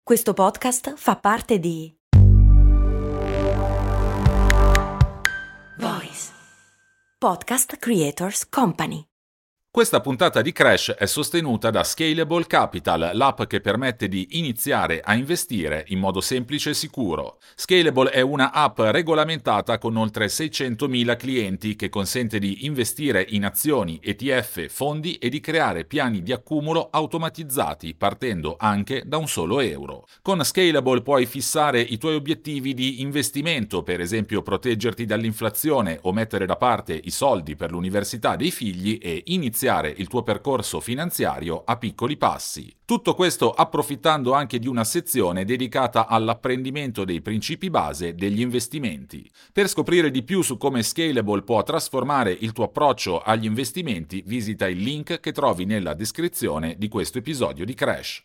Questo podcast fa parte di Voice Podcast Creators Company. Questa puntata di Crash è sostenuta da Scalable Capital, l'app che permette di iniziare a investire in modo semplice e sicuro. Scalable è una app regolamentata con oltre 600.000 clienti che consente di investire in azioni, ETF, fondi e di creare piani di accumulo automatizzati partendo anche da un solo euro. Con Scalable puoi fissare i tuoi obiettivi di investimento, per esempio proteggerti dall'inflazione o mettere da parte i soldi per l'università dei figli e iniziare il tuo percorso finanziario a piccoli passi. Tutto questo approfittando anche di una sezione dedicata all'apprendimento dei principi base degli investimenti. Per scoprire di più su come Scalable può trasformare il tuo approccio agli investimenti, visita il link che trovi nella descrizione di questo episodio di Crash.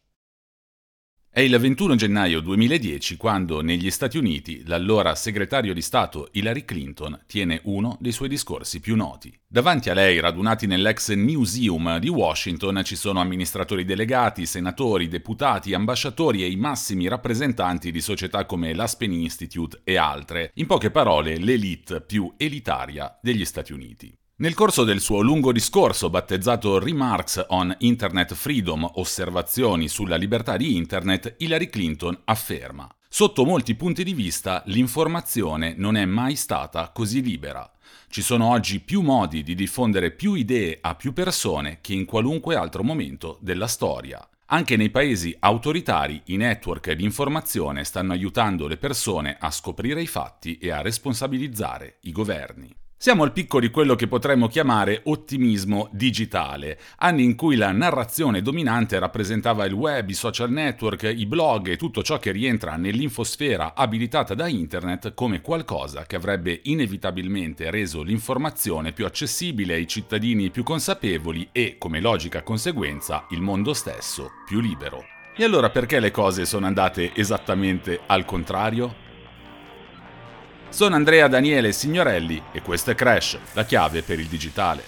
È il 21 gennaio 2010 quando negli Stati Uniti l'allora segretario di Stato Hillary Clinton tiene uno dei suoi discorsi più noti. Davanti a lei, radunati nell'ex Newseum di Washington, ci sono amministratori delegati, senatori, deputati, ambasciatori e i massimi rappresentanti di società come l'Aspen Institute e altre, in poche parole l'elite più elitaria degli Stati Uniti. Nel corso del suo lungo discorso, battezzato Remarks on Internet Freedom, osservazioni sulla libertà di Internet, Hillary Clinton afferma: sotto molti punti di vista, l'informazione non è mai stata così libera. Ci sono oggi più modi di diffondere più idee a più persone che in qualunque altro momento della storia. Anche nei paesi autoritari i network di informazione stanno aiutando le persone a scoprire i fatti e a responsabilizzare i governi. Siamo al picco di quello che potremmo chiamare ottimismo digitale, anni in cui la narrazione dominante rappresentava il web, i social network, i blog e tutto ciò che rientra nell'infosfera abilitata da internet come qualcosa che avrebbe inevitabilmente reso l'informazione più accessibile ai cittadini più consapevoli e, come logica conseguenza, il mondo stesso più libero. E allora perché le cose sono andate esattamente al contrario? Sono Andrea Daniele Signorelli e questo è Crash, la chiave per il digitale.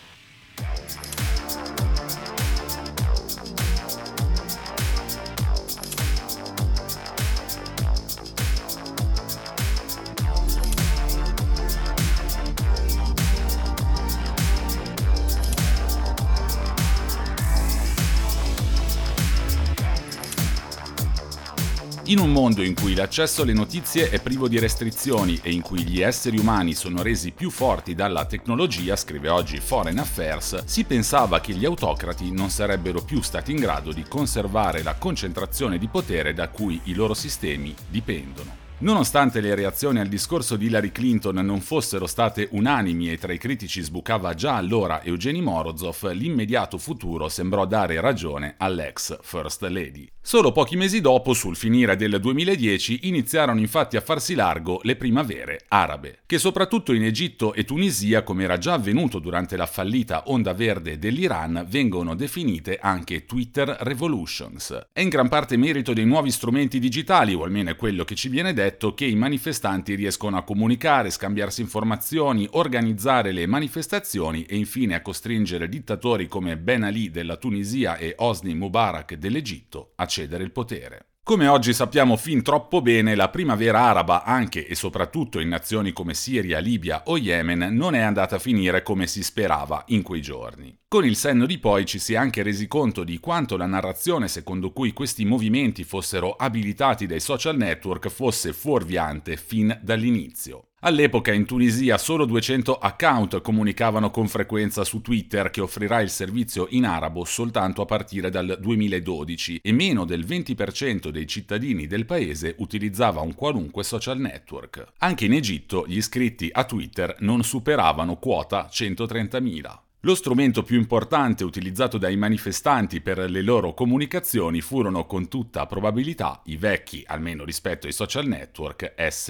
In un mondo in cui l'accesso alle notizie è privo di restrizioni e in cui gli esseri umani sono resi più forti dalla tecnologia, scrive oggi Foreign Affairs, si pensava che gli autocrati non sarebbero più stati in grado di conservare la concentrazione di potere da cui i loro sistemi dipendono. Nonostante le reazioni al discorso di Hillary Clinton non fossero state unanimi e tra i critici sbucava già allora Eugeni Morozov, l'immediato futuro sembrò dare ragione all'ex First Lady. Solo pochi mesi dopo, sul finire del 2010, iniziarono infatti a farsi largo le primavere arabe, che soprattutto in Egitto e Tunisia, come era già avvenuto durante la fallita onda verde dell'Iran, vengono definite anche Twitter Revolutions. È in gran parte merito dei nuovi strumenti digitali, o almeno è quello che ci viene detto, che i manifestanti riescono a comunicare, scambiarsi informazioni, organizzare le manifestazioni e infine a costringere dittatori come Ben Ali della Tunisia e Hosni Mubarak dell'Egitto a cedere il potere. Come oggi sappiamo fin troppo bene, la primavera araba, anche e soprattutto in nazioni come Siria, Libia o Yemen, non è andata a finire come si sperava in quei giorni. Con il senno di poi ci si è anche resi conto di quanto la narrazione secondo cui questi movimenti fossero abilitati dai social network fosse fuorviante fin dall'inizio. All'epoca in Tunisia solo 200 account comunicavano con frequenza su Twitter, che offrirà il servizio in arabo soltanto a partire dal 2012, e meno del 20% dei cittadini del paese utilizzava un qualunque social network. Anche in Egitto gli iscritti a Twitter non superavano quota 130.000. Lo strumento più importante utilizzato dai manifestanti per le loro comunicazioni furono con tutta probabilità i vecchi, almeno rispetto ai social network,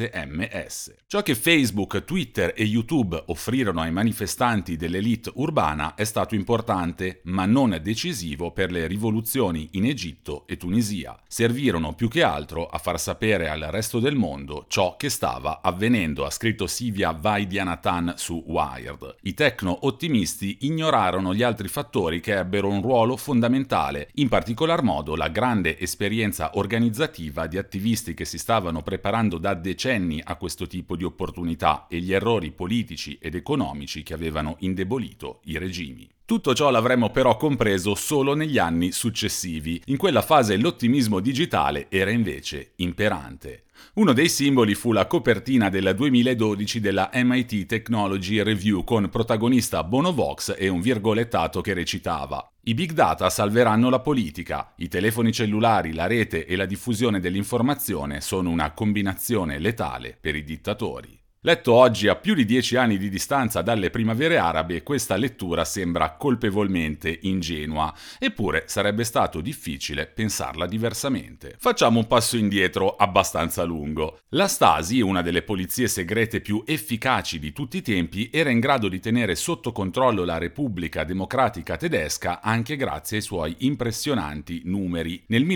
SMS. Ciò che Facebook, Twitter e YouTube offrirono ai manifestanti dell'elite urbana è stato importante, ma non decisivo per le rivoluzioni in Egitto e Tunisia. Servirono più che altro a far sapere al resto del mondo ciò che stava avvenendo, ha scritto Sivia Vaidyanathan su Wired. I tecno-ottimisti ignorarono gli altri fattori che ebbero un ruolo fondamentale, in particolar modo la grande esperienza organizzativa di attivisti che si stavano preparando da decenni a questo tipo di opportunità e gli errori politici ed economici che avevano indebolito i regimi. Tutto ciò l'avremmo però compreso solo negli anni successivi. In quella fase l'ottimismo digitale era invece imperante. Uno dei simboli fu la copertina del 2012 della MIT Technology Review con protagonista Bono Vox e un virgolettato che recitava: "I big data salveranno la politica. I telefoni cellulari, la rete e la diffusione dell'informazione sono una combinazione letale per i dittatori." Letto oggi a più di 10 anni di distanza dalle primavere arabe, questa lettura sembra colpevolmente ingenua, eppure sarebbe stato difficile pensarla diversamente. Facciamo un passo indietro abbastanza lungo. La Stasi, una delle polizie segrete più efficaci di tutti i tempi, era in grado di tenere sotto controllo la Repubblica Democratica Tedesca anche grazie ai suoi impressionanti numeri. Nel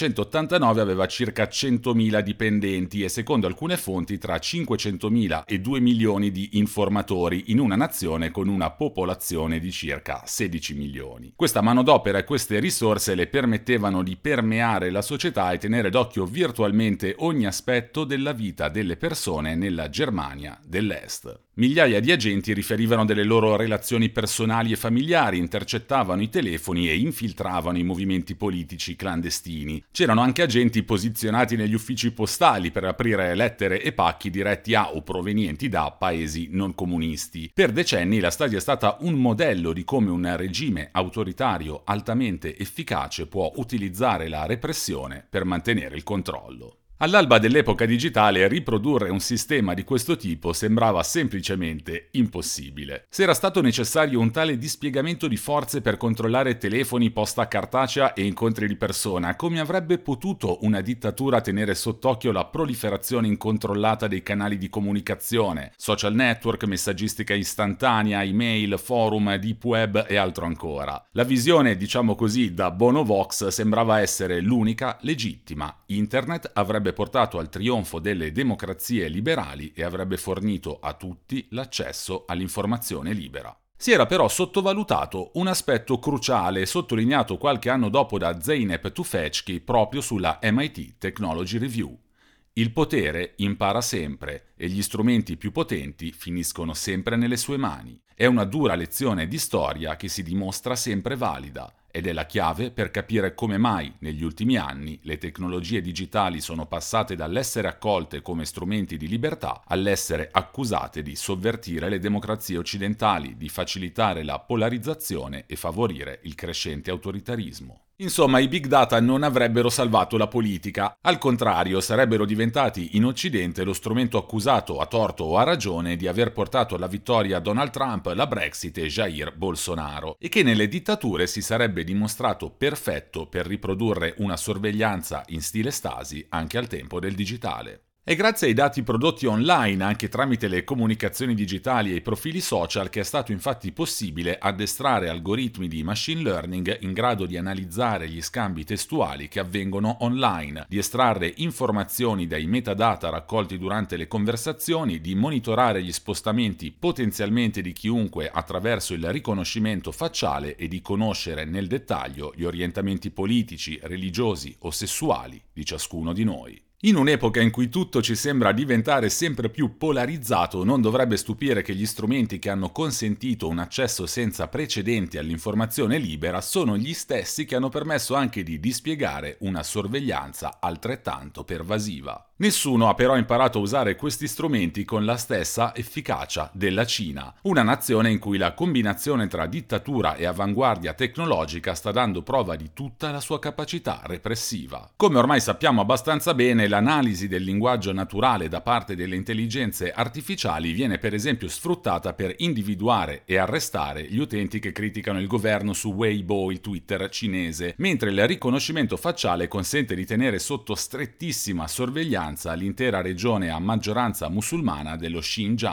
1989 aveva circa 100.000 dipendenti e secondo alcune fonti tra 500.000 e 2 milioni di informatori in una nazione con una popolazione di circa 16 milioni. Questa manodopera e queste risorse le permettevano di permeare la società e tenere d'occhio virtualmente ogni aspetto della vita delle persone nella Germania dell'Est. Migliaia di agenti riferivano delle loro relazioni personali e familiari, intercettavano i telefoni e infiltravano i movimenti politici clandestini. C'erano anche agenti posizionati negli uffici postali per aprire lettere e pacchi diretti a o provenienti da paesi non comunisti. Per decenni la Stasi è stata un modello di come un regime autoritario altamente efficace può utilizzare la repressione per mantenere il controllo. All'alba dell'epoca digitale riprodurre un sistema di questo tipo sembrava semplicemente impossibile. Se era stato necessario un tale dispiegamento di forze per controllare telefoni, posta cartacea e incontri di persona, come avrebbe potuto una dittatura tenere sott'occhio la proliferazione incontrollata dei canali di comunicazione, social network, messaggistica istantanea, email, forum, deep web e altro ancora? La visione, diciamo così, da Bono Vox sembrava essere l'unica legittima. Internet avrebbe portato al trionfo delle democrazie liberali e avrebbe fornito a tutti l'accesso all'informazione libera. Si era però sottovalutato un aspetto cruciale sottolineato qualche anno dopo da Zeynep Tufekci proprio sulla MIT Technology Review. Il potere impara sempre e gli strumenti più potenti finiscono sempre nelle sue mani. È una dura lezione di storia che si dimostra sempre valida ed è la chiave per capire come mai negli ultimi anni le tecnologie digitali sono passate dall'essere accolte come strumenti di libertà all'essere accusate di sovvertire le democrazie occidentali, di facilitare la polarizzazione e favorire il crescente autoritarismo. Insomma, i big data non avrebbero salvato la politica, al contrario sarebbero diventati in Occidente lo strumento accusato a torto o a ragione di aver portato alla vittoria Donald Trump, la Brexit e Jair Bolsonaro, e che nelle dittature si sarebbe dimostrato perfetto per riprodurre una sorveglianza in stile Stasi anche al tempo del digitale. È grazie ai dati prodotti online, anche tramite le comunicazioni digitali e i profili social, che è stato infatti possibile addestrare algoritmi di machine learning in grado di analizzare gli scambi testuali che avvengono online, di estrarre informazioni dai metadata raccolti durante le conversazioni, di monitorare gli spostamenti potenzialmente di chiunque attraverso il riconoscimento facciale e di conoscere nel dettaglio gli orientamenti politici, religiosi o sessuali di ciascuno di noi. In un'epoca in cui tutto ci sembra diventare sempre più polarizzato, non dovrebbe stupire che gli strumenti che hanno consentito un accesso senza precedenti all'informazione libera sono gli stessi che hanno permesso anche di dispiegare una sorveglianza altrettanto pervasiva. Nessuno ha però imparato a usare questi strumenti con la stessa efficacia della Cina, una nazione in cui la combinazione tra dittatura e avanguardia tecnologica sta dando prova di tutta la sua capacità repressiva. Come ormai sappiamo abbastanza bene, l'analisi del linguaggio naturale da parte delle intelligenze artificiali viene per esempio sfruttata per individuare e arrestare gli utenti che criticano il governo su Weibo, il Twitter cinese, mentre il riconoscimento facciale consente di tenere sotto strettissima sorveglianza l'intera regione a maggioranza musulmana dello Xinjiang.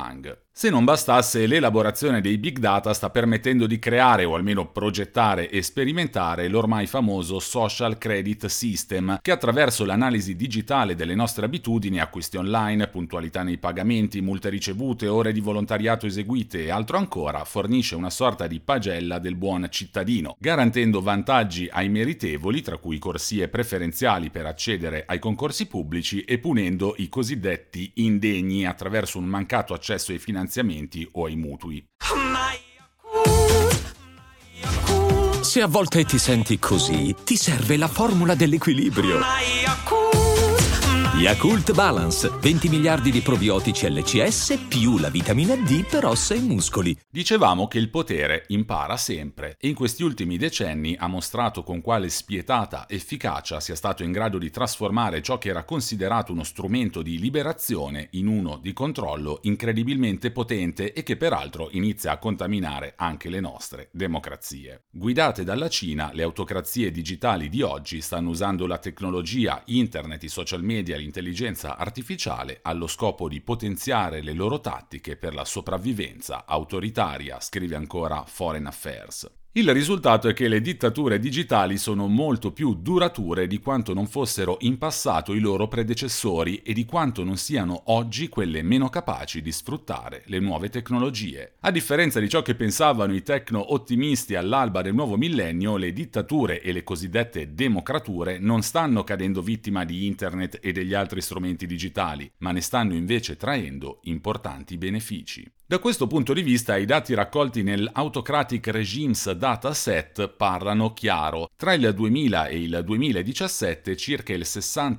Se non bastasse, l'elaborazione dei big data sta permettendo di creare, o almeno progettare e sperimentare, l'ormai famoso social credit system, che attraverso l'analisi digitale delle nostre abitudini, acquisti online, puntualità nei pagamenti, multe ricevute, ore di volontariato eseguite e altro ancora, fornisce una sorta di pagella del buon cittadino, garantendo vantaggi ai meritevoli, tra cui corsie preferenziali per accedere ai concorsi pubblici, e punendo i cosiddetti indegni attraverso un mancato accesso ai finanziamenti o ai mutui. Se a volte ti senti così, ti serve la formula dell'equilibrio. Yakult Balance, 20 miliardi di probiotici LCS più la vitamina D per ossa e muscoli. Dicevamo che il potere impara sempre e in questi ultimi decenni ha mostrato con quale spietata efficacia sia stato in grado di trasformare ciò che era considerato uno strumento di liberazione in uno di controllo incredibilmente potente e che peraltro inizia a contaminare anche le nostre democrazie. Guidate dalla Cina, le autocrazie digitali di oggi stanno usando la tecnologia, internet, i social media, l'intelligenza artificiale allo scopo di potenziare le loro tattiche per la sopravvivenza autoritaria, scrive ancora Foreign Affairs. Il risultato è che le dittature digitali sono molto più durature di quanto non fossero in passato i loro predecessori e di quanto non siano oggi quelle meno capaci di sfruttare le nuove tecnologie. A differenza di ciò che pensavano i tecno-ottimisti all'alba del nuovo millennio, le dittature e le cosiddette democrature non stanno cadendo vittima di internet e degli altri strumenti digitali, ma ne stanno invece traendo importanti benefici. Da questo punto di vista, i dati raccolti nell'Autocratic Regimes Dataset parlano chiaro. Tra il 2000 e il 2017 circa il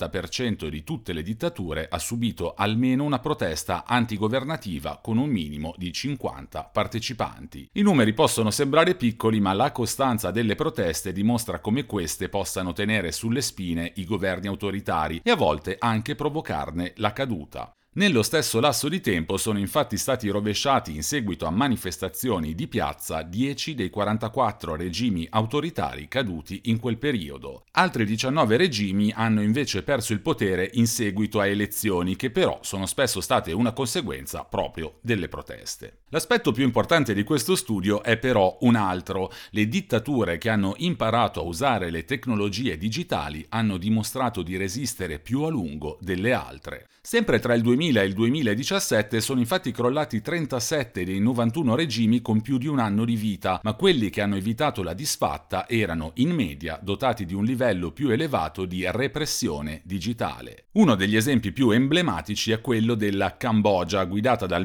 60% di tutte le dittature ha subito almeno una protesta antigovernativa con un minimo di 50 partecipanti. I numeri possono sembrare piccoli, ma la costanza delle proteste dimostra come queste possano tenere sulle spine i governi autoritari e a volte anche provocarne la caduta. Nello stesso lasso di tempo sono infatti stati rovesciati in seguito a manifestazioni di piazza 10 dei 44 regimi autoritari caduti in quel periodo. Altri 19 regimi hanno invece perso il potere in seguito a elezioni che però sono spesso state una conseguenza proprio delle proteste. L'aspetto più importante di questo studio è però un altro. Le dittature che hanno imparato a usare le tecnologie digitali hanno dimostrato di resistere più a lungo delle altre. Sempre tra il 2000 e il 2017 sono infatti crollati 37 dei 91 regimi con più di un anno di vita, ma quelli che hanno evitato la disfatta erano in media dotati di un livello più elevato di repressione digitale. Uno degli esempi più emblematici è quello della Cambogia, guidata dal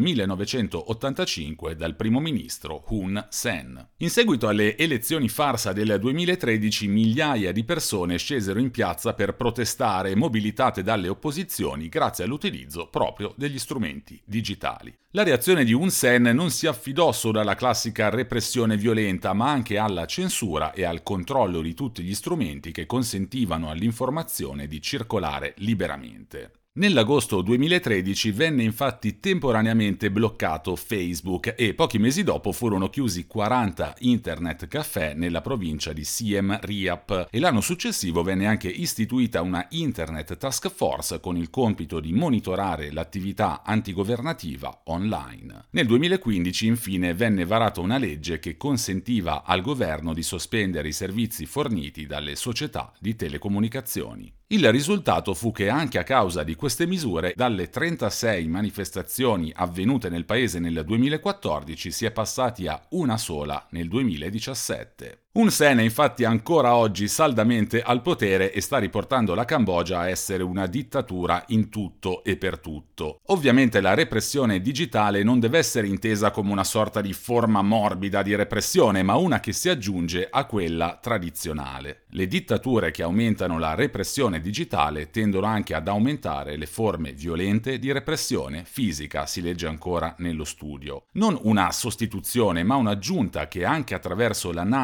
1985 dal primo ministro Hun Sen. In seguito alle elezioni farsa del 2013, migliaia di persone scesero in piazza per protestare, mobilitate dalle opposizioni grazie all'utilizzo proprio degli strumenti digitali. La reazione di Hun Sen non si affidò solo alla classica repressione violenta, ma anche alla censura e al controllo di tutti gli strumenti che consentivano all'informazione di circolare liberamente. Nell'agosto 2013 venne infatti temporaneamente bloccato Facebook e pochi mesi dopo furono chiusi 40 internet caffè nella provincia di Siem Reap e l'anno successivo venne anche istituita una Internet Task Force con il compito di monitorare l'attività antigovernativa online. Nel 2015 infine venne varata una legge che consentiva al governo di sospendere i servizi forniti dalle società di telecomunicazioni. Il risultato fu che anche a causa di queste misure, dalle 36 manifestazioni avvenute nel paese nel 2014 si è passati a una sola nel 2017. Hun Sen è infatti ancora oggi saldamente al potere e sta riportando la Cambogia a essere una dittatura in tutto e per tutto. Ovviamente la repressione digitale non deve essere intesa come una sorta di forma morbida di repressione, ma una che si aggiunge a quella tradizionale. Le dittature che aumentano la repressione digitale tendono anche ad aumentare le forme violente di repressione fisica, si legge ancora nello studio. Non una sostituzione, ma un'aggiunta che anche attraverso l'analisi del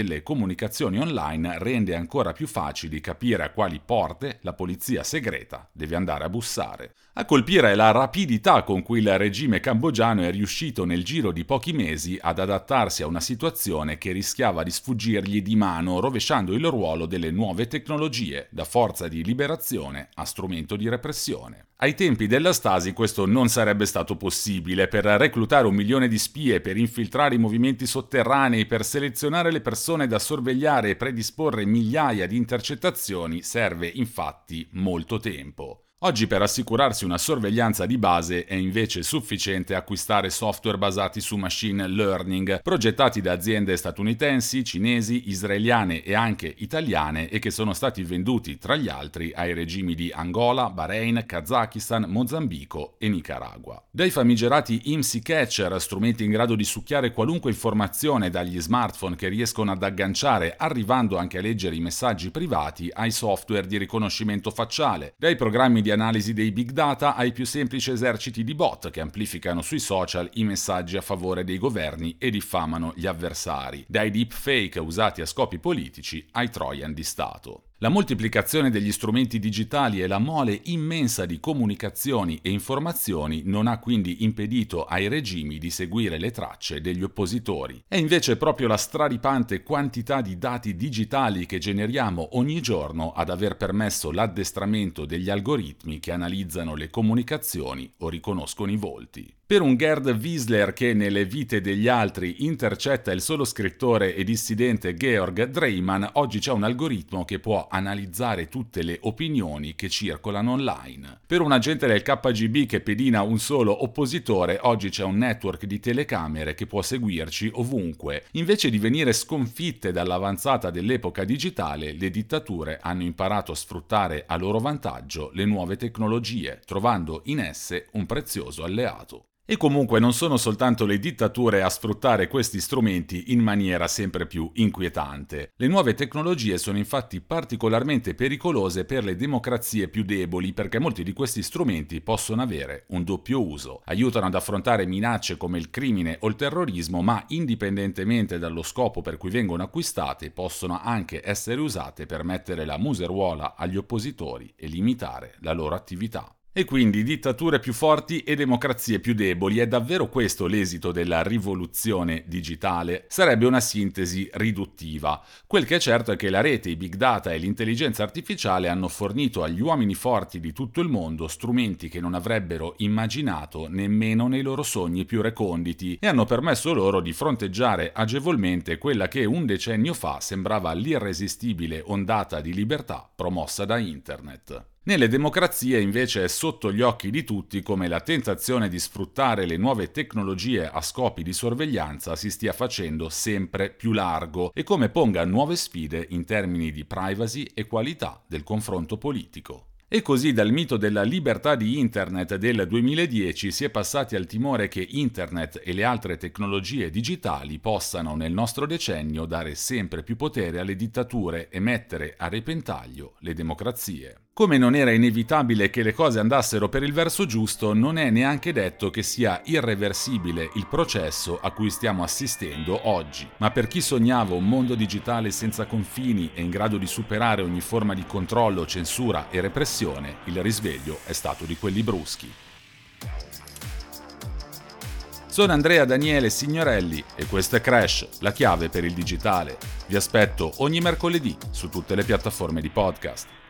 delle comunicazioni online rende ancora più facili capire a quali porte la polizia segreta deve andare a bussare. A colpire è la rapidità con cui il regime cambogiano è riuscito nel giro di pochi mesi ad adattarsi a una situazione che rischiava di sfuggirgli di mano, rovesciando il ruolo delle nuove tecnologie da forza di liberazione a strumento di repressione. Ai tempi della Stasi questo non sarebbe stato possibile. Per reclutare 1 milione di spie, per infiltrare i movimenti sotterranei, per selezionare le persone da sorvegliare e predisporre migliaia di intercettazioni serve infatti molto tempo. Oggi per assicurarsi una sorveglianza di base è invece sufficiente acquistare software basati su machine learning, progettati da aziende statunitensi, cinesi, israeliane e anche italiane e che sono stati venduti tra gli altri ai regimi di Angola, Bahrain, Kazakistan, Mozambico e Nicaragua. Dai famigerati IMSI Catcher, strumenti in grado di succhiare qualunque informazione dagli smartphone che riescono ad agganciare arrivando anche a leggere i messaggi privati, ai software di riconoscimento facciale, dai programmi di analisi dei big data ai più semplici eserciti di bot che amplificano sui social i messaggi a favore dei governi e diffamano gli avversari, dai deepfake usati a scopi politici ai trojan di Stato. La moltiplicazione degli strumenti digitali e la mole immensa di comunicazioni e informazioni non ha quindi impedito ai regimi di seguire le tracce degli oppositori. È invece proprio la straripante quantità di dati digitali che generiamo ogni giorno ad aver permesso l'addestramento degli algoritmi che analizzano le comunicazioni o riconoscono i volti. Per un Gerd Wiesler che nelle vite degli altri intercetta il solo scrittore e dissidente Georg Dreimann, oggi c'è un algoritmo che può analizzare tutte le opinioni che circolano online. Per un agente del KGB che pedina un solo oppositore, oggi c'è un network di telecamere che può seguirci ovunque. Invece di venire sconfitte dall'avanzata dell'epoca digitale, le dittature hanno imparato a sfruttare a loro vantaggio le nuove tecnologie, trovando in esse un prezioso alleato. E comunque non sono soltanto le dittature a sfruttare questi strumenti in maniera sempre più inquietante. Le nuove tecnologie sono infatti particolarmente pericolose per le democrazie più deboli perché molti di questi strumenti possono avere un doppio uso. Aiutano ad affrontare minacce come il crimine o il terrorismo, ma indipendentemente dallo scopo per cui vengono acquistate, possono anche essere usate per mettere la museruola agli oppositori e limitare la loro attività. E quindi dittature più forti e democrazie più deboli, è davvero questo l'esito della rivoluzione digitale? Sarebbe una sintesi riduttiva. Quel che è certo è che la rete, i big data e l'intelligenza artificiale hanno fornito agli uomini forti di tutto il mondo strumenti che non avrebbero immaginato nemmeno nei loro sogni più reconditi e hanno permesso loro di fronteggiare agevolmente quella che un decennio fa sembrava l'irresistibile ondata di libertà promossa da Internet. Nelle democrazie invece è sotto gli occhi di tutti come la tentazione di sfruttare le nuove tecnologie a scopi di sorveglianza si stia facendo sempre più largo e come ponga nuove sfide in termini di privacy e qualità del confronto politico. E così dal mito della libertà di Internet del 2010 si è passati al timore che Internet e le altre tecnologie digitali possano nel nostro decennio dare sempre più potere alle dittature e mettere a repentaglio le democrazie. Come non era inevitabile che le cose andassero per il verso giusto, non è neanche detto che sia irreversibile il processo a cui stiamo assistendo oggi. Ma per chi sognava un mondo digitale senza confini e in grado di superare ogni forma di controllo, censura e repressione, il risveglio è stato di quelli bruschi. Sono Andrea Daniele Signorelli e questo è Crash, la chiave per il digitale. Vi aspetto ogni mercoledì su tutte le piattaforme di podcast.